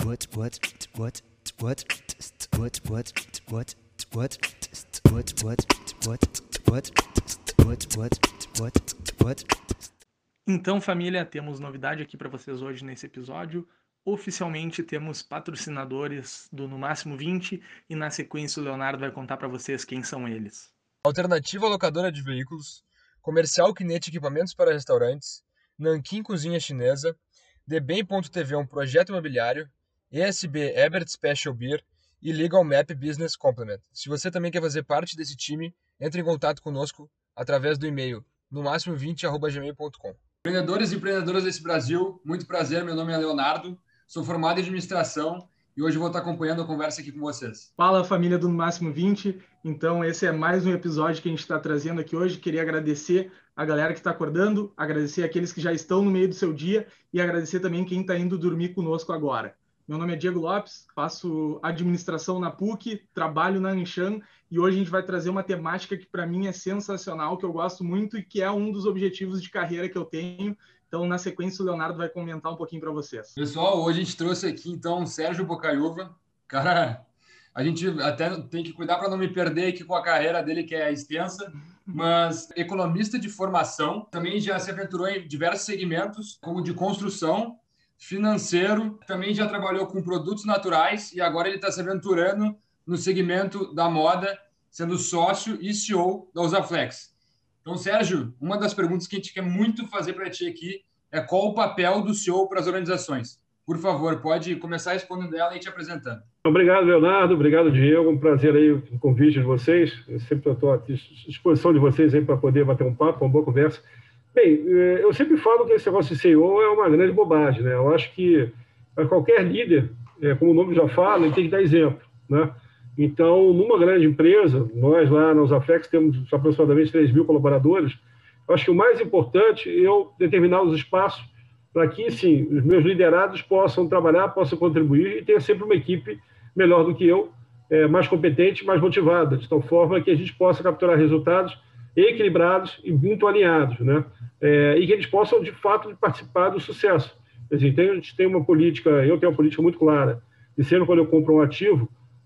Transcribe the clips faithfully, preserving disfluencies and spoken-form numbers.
what what what what what what what what what what what what what what. Então, família, temos novidade aqui para vocês hoje nesse episódio. Oficialmente temos patrocinadores do No Máximo vinte e na sequência o Leonardo vai contar para vocês quem são eles. Alternativa Locadora de Veículos, Comercial Kinete Equipamentos para Restaurantes, Nanquim Cozinha Chinesa, Debem.tv um projeto imobiliário, E S B Ebert Special Beer e Legal Map Business Complement. Se você também quer fazer parte desse time, entre em contato conosco através do e-mail no máximo vinte arroba gmail ponto com. Empreendedores e empreendedoras desse Brasil, muito prazer, meu nome é Leonardo, sou formado em administração e hoje vou estar acompanhando a conversa aqui com vocês. Fala, família do No Máximo vinte, então esse é mais um episódio que a gente está trazendo aqui hoje. Queria agradecer a galera que está acordando, agradecer aqueles que já estão no meio do seu dia e agradecer também quem está indo dormir conosco agora. Meu nome é Diego Lopes, faço administração na P U C, trabalho na Anshan e hoje a gente vai trazer uma temática que para mim é sensacional, que eu gosto muito e que é um dos objetivos de carreira que eu tenho. Então, na sequência, o Leonardo vai comentar um pouquinho para vocês. Pessoal, hoje a gente trouxe aqui, então, o Sérgio Bocaiúva. Cara, a gente até tem que cuidar para não me perder aqui com a carreira dele, que é extensa, mas economista de formação, também já se aventurou em diversos segmentos, como de construção, financeiro, também já trabalhou com produtos naturais e agora ele está se aventurando no segmento da moda, sendo sócio e C E O da Usaflex. Então, Sérgio, uma das perguntas que a gente quer muito fazer para ti aqui é qual o papel do C E O para as organizações. Por favor, pode começar respondendo ela e te apresentando. Obrigado, Leonardo. Obrigado, Diego. Um prazer aí o convite de vocês. Eu sempre estou à disposição de vocês aí para poder bater um papo, uma boa conversa. Bem, eu sempre falo que esse negócio de C E O é uma grande bobagem, né? Eu acho que qualquer líder, como o nome já fala, ele tem que dar exemplo, né? Então, numa grande empresa, nós lá na Usaflex temos aproximadamente três mil colaboradores, eu acho que o mais importante é eu determinar os espaços para que, sim, os meus liderados possam trabalhar, possam contribuir e ter sempre uma equipe melhor do que eu, é, mais competente, mais motivada, de tal forma que a gente possa capturar resultados equilibrados e muito alinhados, né? É, e que eles possam, de fato, participar do sucesso. Quer dizer, tem, a gente tem uma política, eu tenho uma política muito clara, de sempre quando eu compro um ativo,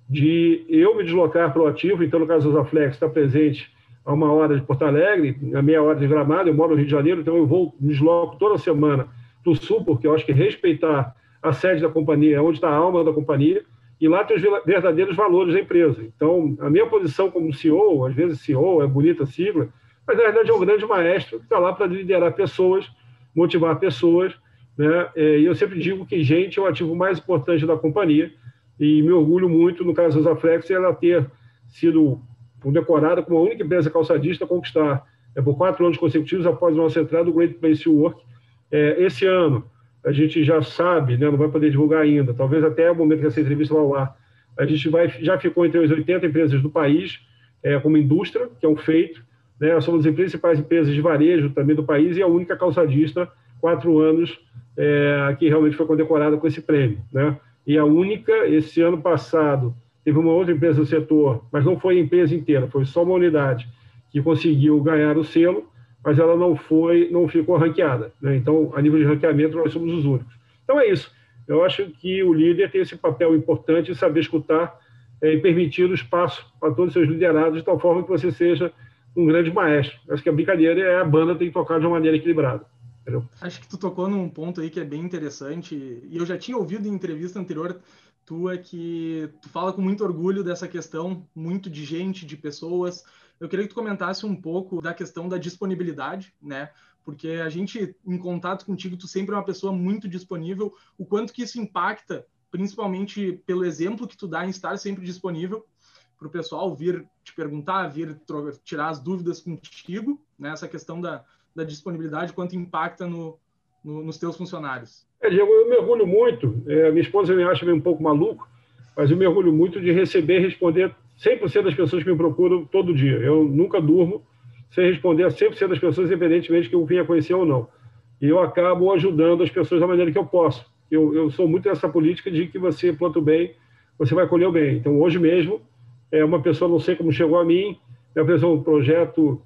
de eu me deslocar para o ativo, então, no caso da Usaflex, está presente a uma hora de Porto Alegre, a meia hora de Gramado, eu moro no Rio de Janeiro, então eu vou, me desloco toda semana para o Sul, porque eu acho que respeitar a sede da companhia é onde está a alma da companhia, e lá tem os verdadeiros valores da empresa. Então, a minha posição como C E O, às vezes C E O é bonita a sigla, mas na verdade é um grande maestro que está lá para liderar pessoas, motivar pessoas, né? E eu sempre digo que gente é o ativo mais importante da companhia, e me orgulho muito, no caso da Usaflex, ela ter sido condecorada como a única empresa calçadista a conquistar, é, por quatro anos consecutivos, após a nossa entrada do Great Place to Work. É, esse ano, a gente já sabe, né, não vai poder divulgar ainda, talvez até o momento que essa entrevista vai ao ar, a gente vai, já ficou entre as oitenta empresas do país, é, como indústria, que é um feito, né, nós somos as principais empresas de varejo também do país e a única calçadista, quatro anos, é, que realmente foi condecorada com esse prêmio, né? E a única, esse ano passado, teve uma outra empresa do setor, mas não foi a empresa inteira, foi só uma unidade que conseguiu ganhar o selo, mas ela não foi, não ficou ranqueada, né? Então, a nível de ranqueamento, nós somos os únicos. Então, é isso. Eu acho que o líder tem esse papel importante de saber escutar é, e permitir o espaço para todos os seus liderados, de tal forma que você seja um grande maestro. Acho que a brincadeira é a banda tem que tocar de uma maneira equilibrada. Entendeu? Acho que tu tocou num ponto aí que é bem interessante, e eu já tinha ouvido em entrevista anterior tua que tu fala com muito orgulho dessa questão, muito de gente, de pessoas. Eu queria que tu comentasse um pouco da questão da disponibilidade, né? Porque a gente, em contato contigo, tu sempre é uma pessoa muito disponível, o quanto que isso impacta, principalmente pelo exemplo que tu dá em estar sempre disponível para o pessoal vir te perguntar, vir tirar as dúvidas contigo, né? Essa questão da, da disponibilidade, quanto impacta no, no, nos teus funcionários. É, Diego, eu me orgulho muito, é, minha esposa me acha meio um pouco maluco, mas eu me orgulho muito de receber e responder cem por cento das pessoas que me procuram todo dia. Eu nunca durmo sem responder a cem por cento das pessoas, independentemente que eu venha conhecer ou não. E eu acabo ajudando as pessoas da maneira que eu posso. Eu, eu sou muito dessa política de que você planta o bem, você vai colher o bem. Então, hoje mesmo, é, uma pessoa, não sei como chegou a mim, é um projeto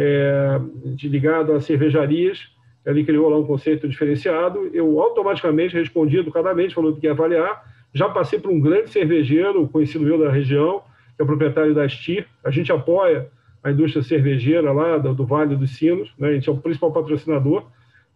é, de, ligado a cervejarias, ele criou lá um conceito diferenciado, eu automaticamente respondi educadamente, falando que ia avaliar, Já passei por um grande cervejeiro, conhecido meu da região, que é o proprietário da Stir. A gente apoia a indústria cervejeira lá do, do Vale dos Sinos, né? A gente é o principal patrocinador.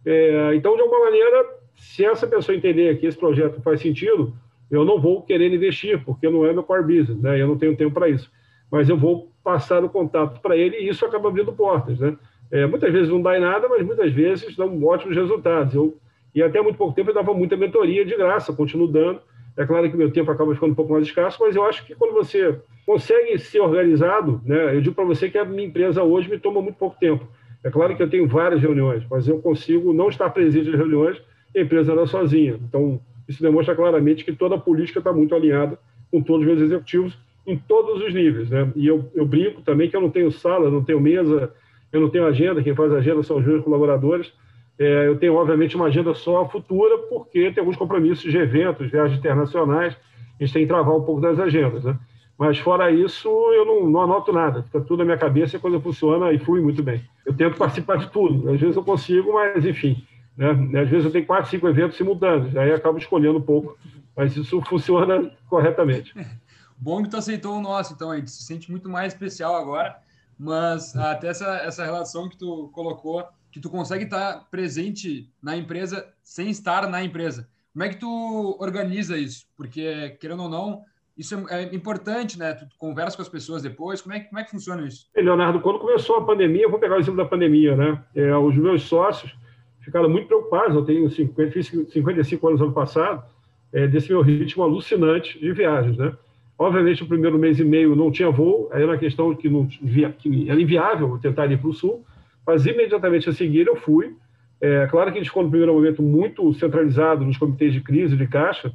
É, então, de alguma maneira, se essa pessoa entender que esse projeto faz sentido, eu não vou querer investir, porque não é meu core business, né? Eu não tenho tempo para isso. Mas eu vou passar o contato para ele e isso acaba abrindo portas, né? É, muitas vezes não dá em nada, mas muitas vezes dão ótimos resultados. Eu, e até muito pouco tempo eu dava muita mentoria de graça, continuo dando. É claro que o meu tempo acaba ficando um pouco mais escasso, mas eu acho que quando você consegue ser organizado, né? Eu digo para você que a minha empresa hoje me toma muito pouco tempo. É claro que eu tenho várias reuniões, mas eu consigo não estar presente nas reuniões e a empresa anda sozinha. Então, isso demonstra claramente que toda a política está muito alinhada com todos os meus executivos em todos os níveis, né? E eu, eu brinco também que eu não tenho sala, não tenho mesa, eu não tenho agenda, quem faz agenda são os meus colaboradores. É, eu tenho, obviamente, uma agenda só futura, porque tem alguns compromissos de eventos, viagens internacionais, a gente tem que travar um pouco das agendas, né? Mas, fora isso, eu não, não anoto nada, fica tudo na minha cabeça e a coisa funciona e flui muito bem. Eu tento participar de tudo, às vezes eu consigo, mas, enfim, né? Às vezes eu tenho quatro, cinco eventos simultâneos, aí eu acabo escolhendo um pouco, mas isso funciona corretamente. Bom que tu aceitou o nosso, então, a gente se sente muito mais especial agora, mas até essa, essa relação que tu colocou, que tu consegue estar presente na empresa sem estar na empresa. Como é que tu organiza isso? Porque, querendo ou não, isso é, é importante, né? Tu, tu conversa com as pessoas depois, como é, como é que funciona isso? Leonardo, quando começou a pandemia, eu vou pegar o exemplo da pandemia, né? É, os meus sócios ficaram muito preocupados, eu tenho cinquenta, fiz cinquenta e cinco anos ano passado, é, desse meu ritmo alucinante de viagens, né? Obviamente, o primeiro mês e meio não tinha voo, aí era uma questão que, não, que era inviável tentar ir para o Sul, mas imediatamente a seguir eu fui. É claro que a gente ficou no primeiro momento muito centralizado nos comitês de crise, de caixa,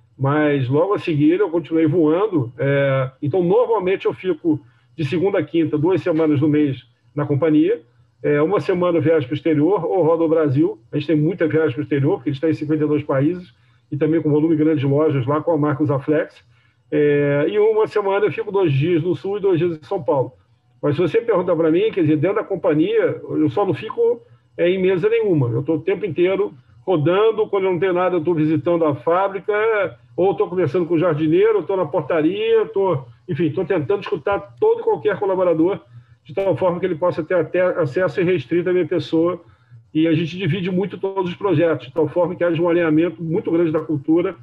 mas logo a seguir eu continuei voando. É, então, normalmente eu fico de segunda a quinta, duas semanas no mês na companhia, é, uma semana eu viajo para o exterior ou rodo o Brasil. A gente tem muita viagem para o exterior, porque a gente está em cinquenta e dois países e também com volume grande de lojas lá com a marca Usaflex. É, e uma semana eu fico dois dias no Sul e dois dias em São Paulo. Mas se você pergunta para mim, quer dizer, dentro da companhia, eu só não fico é, em mesa nenhuma. Eu estou o tempo inteiro rodando, quando eu não tenho nada, eu estou visitando a fábrica, ou estou conversando com o jardineiro, estou na portaria, estou, enfim, estou tentando escutar todo e qualquer colaborador, de tal forma que ele possa ter até acesso irrestrito à minha pessoa. E a gente divide muito todos os projetos, de tal forma que haja um alinhamento muito grande da cultura,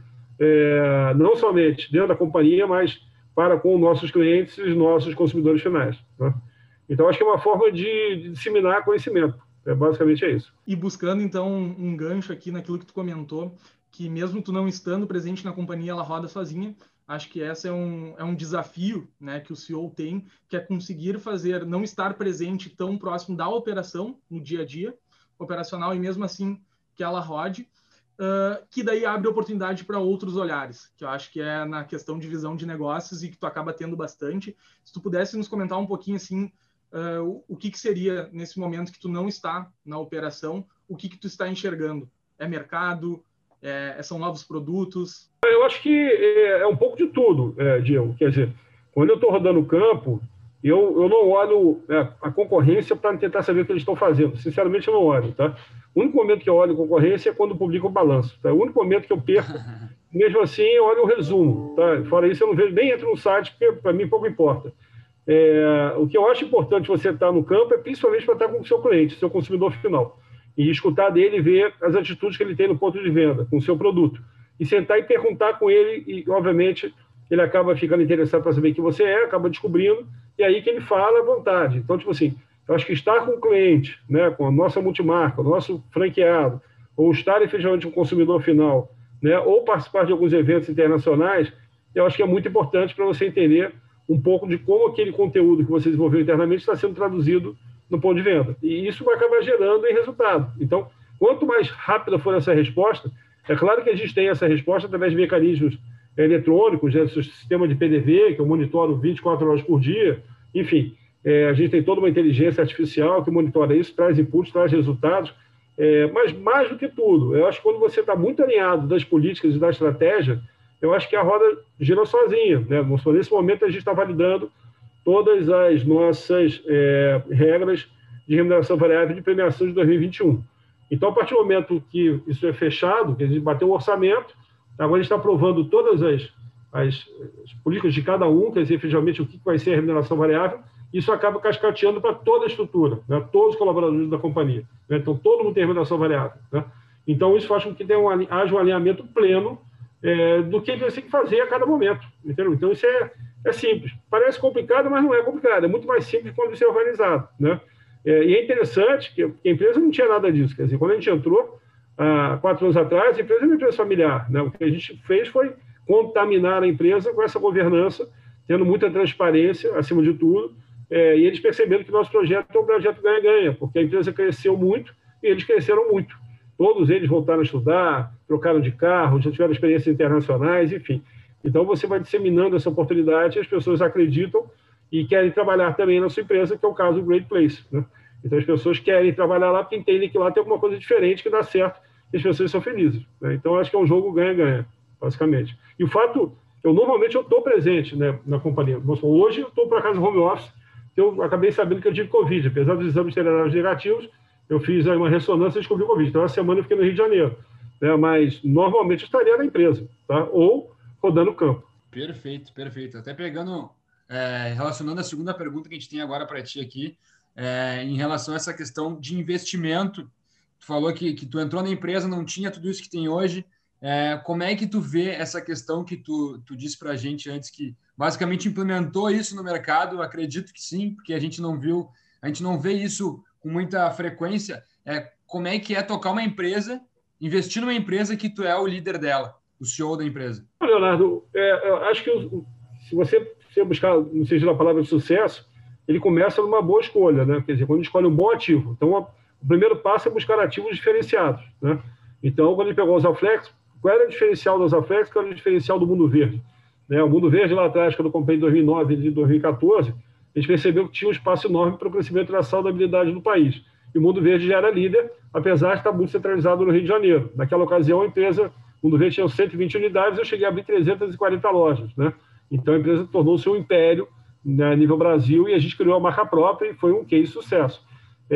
É, não somente dentro da companhia, mas para com nossos clientes e os nossos consumidores finais, né? Então, acho que é uma forma de, de disseminar conhecimento. É, basicamente é isso. E buscando, então, um gancho aqui naquilo que tu comentou, que mesmo tu não estando presente na companhia, ela roda sozinha. Acho que esse é um, é um desafio, né, que o C E O tem, que é conseguir fazer, não estar presente tão próximo da operação, no dia a dia operacional, e mesmo assim que ela rode. Uh, que daí abre oportunidade para outros olhares, que eu acho que é na questão de visão de negócios e que tu acaba tendo bastante. Se tu pudesse nos comentar um pouquinho assim, uh, o, o que, que seria nesse momento que tu não está na operação, o que, que tu está enxergando? É mercado? É, são novos produtos? Eu acho que é, é um pouco de tudo, é, Diego. Quer dizer, quando eu estou rodando o campo, eu, eu não olho é, a concorrência para tentar saber o que eles estão fazendo. Sinceramente, eu não olho, tá? O único momento que eu olho concorrência é quando publico o balanço. Tá? O único momento que eu perco, mesmo assim, eu olho o resumo. Tá? Fora isso, eu não vejo, nem entro no site, porque para mim pouco importa. É, o que eu acho importante você estar no campo é principalmente para estar com o seu cliente, seu consumidor final. E escutar dele e ver as atitudes que ele tem no ponto de venda, com o seu produto. E sentar e perguntar com ele, e obviamente ele acaba ficando interessado para saber quem você é, acaba descobrindo, e aí que ele fala à vontade. Então, tipo assim, eu acho que estar com o cliente, né, com a nossa multimarca, o nosso franqueado, ou estar efetivamente com o consumidor final, né, ou participar de alguns eventos internacionais, eu acho que é muito importante para você entender um pouco de como aquele conteúdo que você desenvolveu internamente está sendo traduzido no ponto de venda. E isso vai acabar gerando em resultado. Então, quanto mais rápida for essa resposta, é claro que a gente tem essa resposta através de mecanismos eletrônicos, né, sistema de P D V, que eu monitoro vinte e quatro horas por dia, enfim. É, a gente tem toda uma inteligência artificial que monitora isso, traz inputs, traz resultados, é, mas mais do que tudo, eu acho que quando você está muito alinhado das políticas e da estratégia, eu acho que a roda gira sozinha, né? Nesse momento a gente está validando todas as nossas é, regras de remuneração variável de premiação de dois mil e vinte e um. Então, a partir do momento que isso é fechado, que a gente bateu o orçamento, Agora a gente está aprovando todas as, as, as políticas de cada um, quer dizer, efetivamente, o que vai ser a remuneração variável. Isso acaba cascateando para toda a estrutura, né? Todos os colaboradores da companhia. Né? Então, todo mundo tem remuneração variável. Né? Então, isso faz com que tenha um, haja um alinhamento pleno é, do que ele tem que fazer a cada momento. Entendeu? Então, isso é, é simples. Parece complicado, mas não é complicado. É muito mais simples quando isso é organizado. Né? É, e é interessante que a empresa não tinha nada disso. Quer dizer, quando a gente entrou, há quatro anos atrás, a empresa era uma empresa familiar. Né? O que a gente fez foi contaminar a empresa com essa governança, tendo muita transparência, acima de tudo. É, e eles perceberam que o nosso projeto é um projeto ganha-ganha, porque a empresa cresceu muito e eles cresceram muito. Todos eles voltaram a estudar, trocaram de carro, já tiveram experiências internacionais, enfim. Então, você vai disseminando essa oportunidade, as pessoas acreditam e querem trabalhar também na sua empresa, que é o caso do Great Place. Né? Então, as pessoas querem trabalhar lá porque entendem que lá tem alguma coisa diferente que dá certo e as pessoas são felizes. Né? Então, acho que é um jogo ganha-ganha, basicamente. E o fato, eu normalmente eu estou presente, né, na companhia. Hoje eu estou, por acaso, no home office, eu acabei sabendo que eu tive Covid. Apesar dos exames terem negativos, eu fiz aí uma ressonância e descobri Covid. Então, essa semana eu fiquei no Rio de Janeiro. Né? Mas, normalmente, eu estaria na empresa, tá? Ou rodando o campo. Perfeito, perfeito. Até pegando, é, relacionando a segunda pergunta que a gente tem agora para ti aqui, é, em relação a essa questão de investimento. Tu falou que, que tu entrou na empresa, não tinha tudo isso que tem hoje. É, como é que tu vê essa questão que tu, tu disse para a gente antes, que basicamente implementou isso no mercado? Acredito que sim, porque a gente não viu, a gente não vê isso com muita frequência. É, como é que é tocar uma empresa, investir numa empresa que tu é o líder dela, o C E O da empresa? Leonardo, é, eu acho que se você, se buscar, não seja a palavra de sucesso, ele começa numa boa escolha, né? Quer dizer, quando escolhe um bom ativo. Então, a, o primeiro passo é buscar ativos diferenciados, né? Então, quando ele pegou os Osaflex, qual era o diferencial do Osaflex? Qual era o diferencial do Mundo Verde? Né? O Mundo Verde, lá atrás, quando eu comprei em dois mil e nove e dois mil e quatorze, a gente percebeu que tinha um espaço enorme para o crescimento da saudabilidade no país. E o Mundo Verde já era líder, apesar de estar muito centralizado no Rio de Janeiro. Naquela ocasião, a empresa, o Mundo Verde tinha cento e vinte unidades, eu cheguei a abrir trezentas e quarenta lojas. Né? Então, a empresa tornou-se um império, né, a nível Brasil, e a gente criou a marca própria e foi um case de sucesso.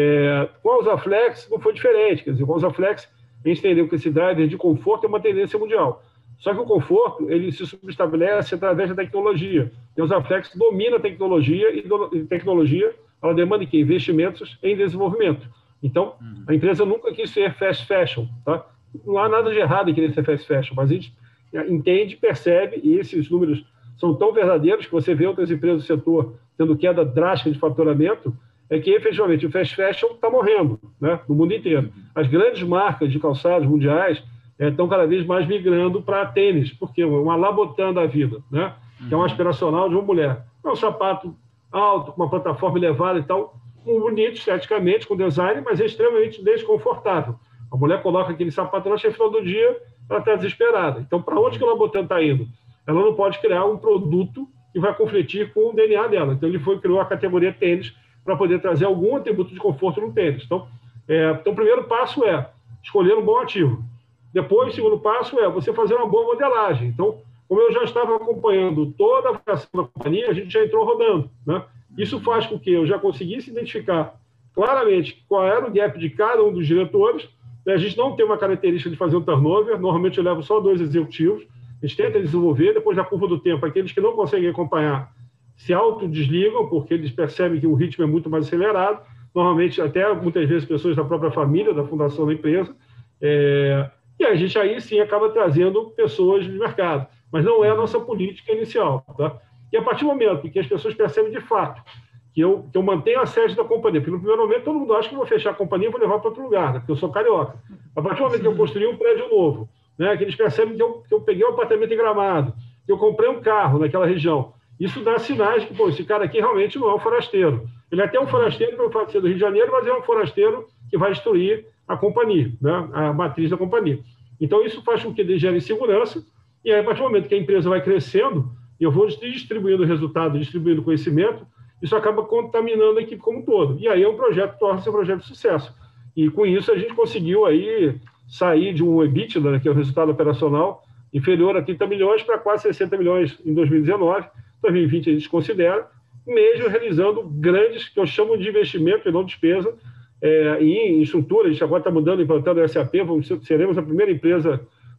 É, com a Osaflex não foi diferente. Quer dizer, com a Osaflex, a gente entendeu que esse driver de conforto é uma tendência mundial. Só que o conforto, ele se subestabelece através da tecnologia. E a Osaflex domina a tecnologia, e a tecnologia, ela demanda que investimentos em desenvolvimento. Então, a empresa nunca quis ser fast fashion, tá? Não há nada de errado em querer ser fast fashion, mas a gente entende, percebe, e esses números são tão verdadeiros que você vê outras empresas do setor tendo queda drástica de faturamento, é que, efetivamente, o fast fashion está morrendo, né, no mundo inteiro. As grandes marcas de calçados mundiais é, estão cada vez mais migrando para tênis, porque uma Labotan da vida, né, que é um aspiracional de uma mulher. É um sapato alto, com uma plataforma elevada e tal, um bonito esteticamente, com design, mas é extremamente desconfortável. A mulher coloca aquele sapato lá, no final do dia, ela está desesperada. Então, para onde que a Labotan está indo? Ela não pode criar um produto que vai conflitir com o D N A dela. Então, ele foi criou a categoria tênis para poder trazer algum atributo de conforto no tênis. Então, é, então, o primeiro passo é escolher um bom ativo. Depois, o segundo passo é você fazer uma boa modelagem. Então, como eu já estava acompanhando toda a operação da companhia, a gente já entrou rodando. Né? Isso faz com que eu já conseguisse identificar claramente qual era o gap de cada um dos diretores. A gente não tem uma característica de fazer um turnover. Normalmente, eu levo só dois executivos. A gente tenta desenvolver. Depois da curva do tempo, aqueles que não conseguem acompanhar se autodesligam, porque eles percebem que o ritmo é muito mais acelerado. Normalmente, até muitas vezes, pessoas da própria família, da fundação da empresa. É... E a gente aí sim acaba trazendo pessoas de mercado. Mas não é a nossa política inicial. Tá? E a partir do momento que as pessoas percebem de fato que eu, que eu mantenho a sede da companhia, porque no primeiro momento todo mundo acha que eu vou fechar a companhia e vou levar para outro lugar, né? Porque eu sou carioca. A partir do momento que eu construí um prédio novo, né, que eles percebem que eu, que eu peguei um apartamento em Gramado, que eu comprei um carro naquela região, isso dá sinais de que, pô, esse cara aqui realmente não é um forasteiro. Ele é até um forasteiro pelo fato de ser do Rio de Janeiro, mas é um forasteiro que vai destruir a companhia, né, a matriz da companhia. Então, isso faz com que ele gere segurança, e aí, a partir do momento que a empresa vai crescendo, e eu vou distribuindo resultado, distribuindo conhecimento, isso acaba contaminando a equipe como um todo. E aí é um projeto que torna-se um projeto de sucesso. E com isso a gente conseguiu aí sair de um EBITDA, né, que é o resultado operacional, inferior a trinta milhões para quase sessenta milhões em dois mil e dezenove. dois mil e vinte a gente considera, mesmo realizando grandes, que eu chamo de investimento e não despesa, é, em estrutura. A gente agora está mudando, implantando o S A P, vamos, seremos a primeira empresa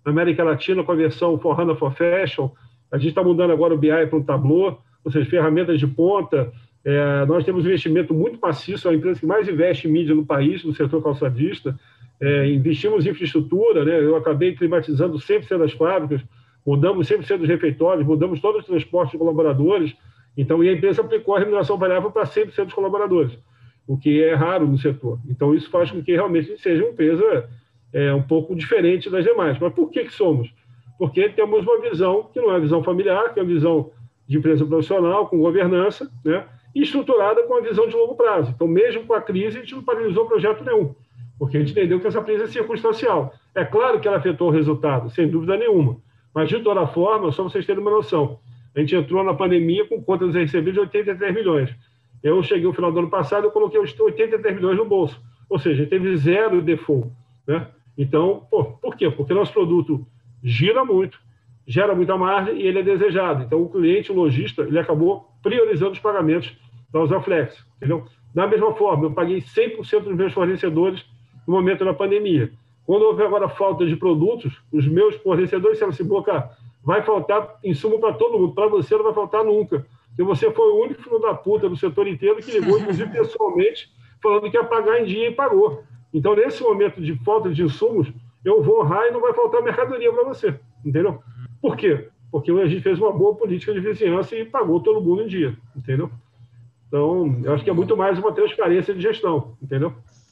na América Latina com a versão for HANA for Fashion. A gente está mudando agora o B I para um Tableau, ou seja, ferramentas de ponta. É, nós temos um investimento muito maciço, é a empresa que mais investe em mídia no país, no setor calçadista. É, investimos em infraestrutura, né? Eu acabei climatizando cem por cento das fábricas, mudamos cem por cento dos refeitórios, mudamos todo o transporte de colaboradores. Então, e a empresa aplicou a remuneração variável para cem por cento dos colaboradores, o que é raro no setor. Então, isso faz com que realmente seja uma empresa é, um pouco diferente das demais. Mas por que que somos? Porque temos uma visão que não é uma visão familiar, que é uma visão de empresa profissional, com governança, né? E estruturada com uma visão de longo prazo. Então, mesmo com a crise, a gente não paralisou projeto nenhum, porque a gente entendeu que essa crise é circunstancial. É claro que ela afetou o resultado, sem dúvida nenhuma, mas, de toda forma, só vocês terem uma noção, a gente entrou na pandemia com contas a receber de oitenta e três milhões. Eu cheguei no final do ano passado, eu coloquei os oitenta e três milhões no bolso, ou seja, teve zero default, né? Então, pô, por quê? Porque nosso produto gira muito, gera muita margem e ele é desejado. Então, o cliente, o lojista, ele acabou priorizando os pagamentos da Usaflex, entendeu? Da mesma forma, eu paguei cem por cento dos meus fornecedores no momento da pandemia. Quando houve agora falta de produtos, os meus fornecedores disseram assim, Boca, vai faltar insumo para todo mundo, para você não vai faltar nunca. Porque você foi o único filho da puta do setor inteiro que ligou, inclusive pessoalmente, falando que ia pagar em dia e pagou. Então, nesse momento de falta de insumos, eu vou honrar e não vai faltar mercadoria para você, entendeu? Por quê? Porque a gente fez uma boa política de vizinhança e pagou todo mundo em dia, entendeu? Então, eu acho que é muito mais uma transparência de gestão, entendeu?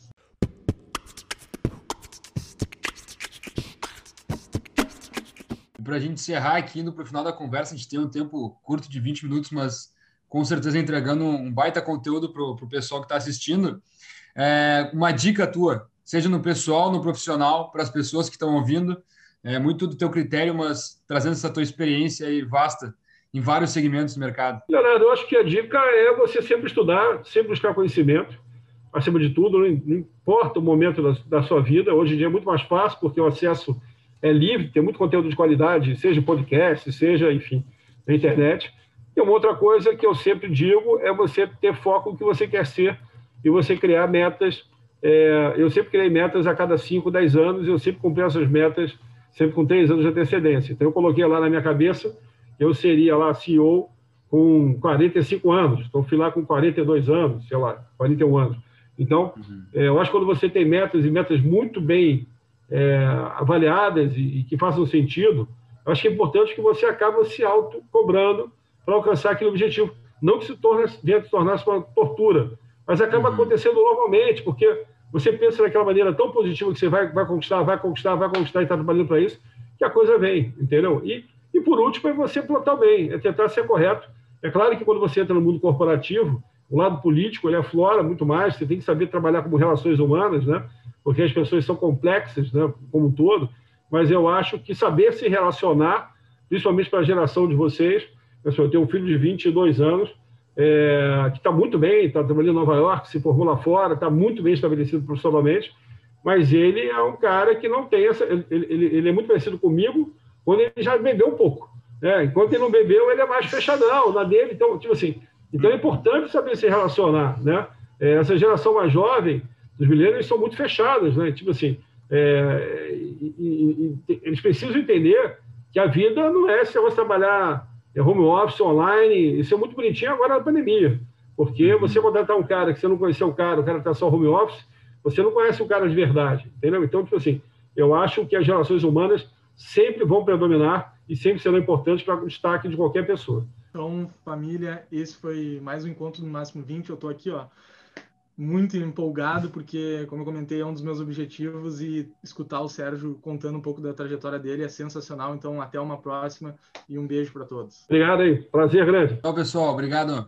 Para a gente encerrar aqui, indo para o final da conversa, a gente tem um tempo curto de vinte minutos, mas com certeza entregando um baita conteúdo para o pessoal que está assistindo. É, uma dica tua, seja no pessoal, no profissional, para as pessoas que estão ouvindo, é muito do teu critério, mas trazendo essa tua experiência aí vasta em vários segmentos do mercado. Leonardo, eu acho que a dica é você sempre estudar, sempre buscar conhecimento, acima de tudo, não, não importa o momento da, da sua vida. Hoje em dia é muito mais fácil, porque o acesso é livre, tem muito conteúdo de qualidade, seja podcast, seja, enfim, na internet. E uma outra coisa que eu sempre digo é você ter foco no que você quer ser e você criar metas. É, eu sempre criei metas a cada cinco, dez anos, e eu sempre cumpri essas metas sempre com três anos de antecedência. Então, eu coloquei lá na minha cabeça, eu seria lá C E O com quarenta e cinco anos, então fui lá com quarenta e dois anos, sei lá, quarenta e um anos. Então, uhum. é, eu acho que quando você tem metas e metas muito bem é, avaliadas e, e que façam sentido, eu acho que é importante que você acabe se auto-cobrando para alcançar aquele objetivo. Não que se torne, venha se tornar uma tortura, mas acaba uhum. acontecendo normalmente, porque você pensa daquela maneira tão positiva que você vai, vai conquistar, vai conquistar, vai conquistar e está trabalhando para isso, que a coisa vem, entendeu? E, e por último, é você plantar bem, é tentar ser correto. É claro que quando você entra no mundo corporativo, o lado político ele aflora muito mais, você tem que saber trabalhar como relações humanas, né? Porque as pessoas são complexas, né? Como um todo, mas eu acho que saber se relacionar, principalmente para a geração de vocês, eu tenho um filho de vinte e dois anos, é, que está muito bem, está trabalhando em Nova York, se formou lá fora, está muito bem estabelecido profissionalmente, mas ele é um cara que não tem essa... Ele, ele, ele é muito parecido comigo quando ele já bebeu um pouco. Né? Enquanto ele não bebeu, ele é mais fechadão na dele. Então, tipo assim, então é importante saber se relacionar. Né? É, essa geração mais jovem, os millennials, são muito fechados. Né? Tipo assim, é, e, e, e, eles precisam entender que a vida não é se você trabalhar... É home office, online, isso é muito bonitinho agora na pandemia, porque você contratar um cara que você não conheceu o cara, o cara está só home office, você não conhece o cara de verdade, entendeu? Então, tipo assim, eu acho que as relações humanas sempre vão predominar e sempre serão importantes para o destaque de qualquer pessoa. Então, família, esse foi mais um Encontro no Máximo vinte, eu estou aqui, ó, muito empolgado, porque, como eu comentei, é um dos meus objetivos e escutar o Sérgio contando um pouco da trajetória dele é sensacional. Então, até uma próxima e um beijo para todos. Obrigado aí, prazer grande. Tchau, pessoal, obrigado.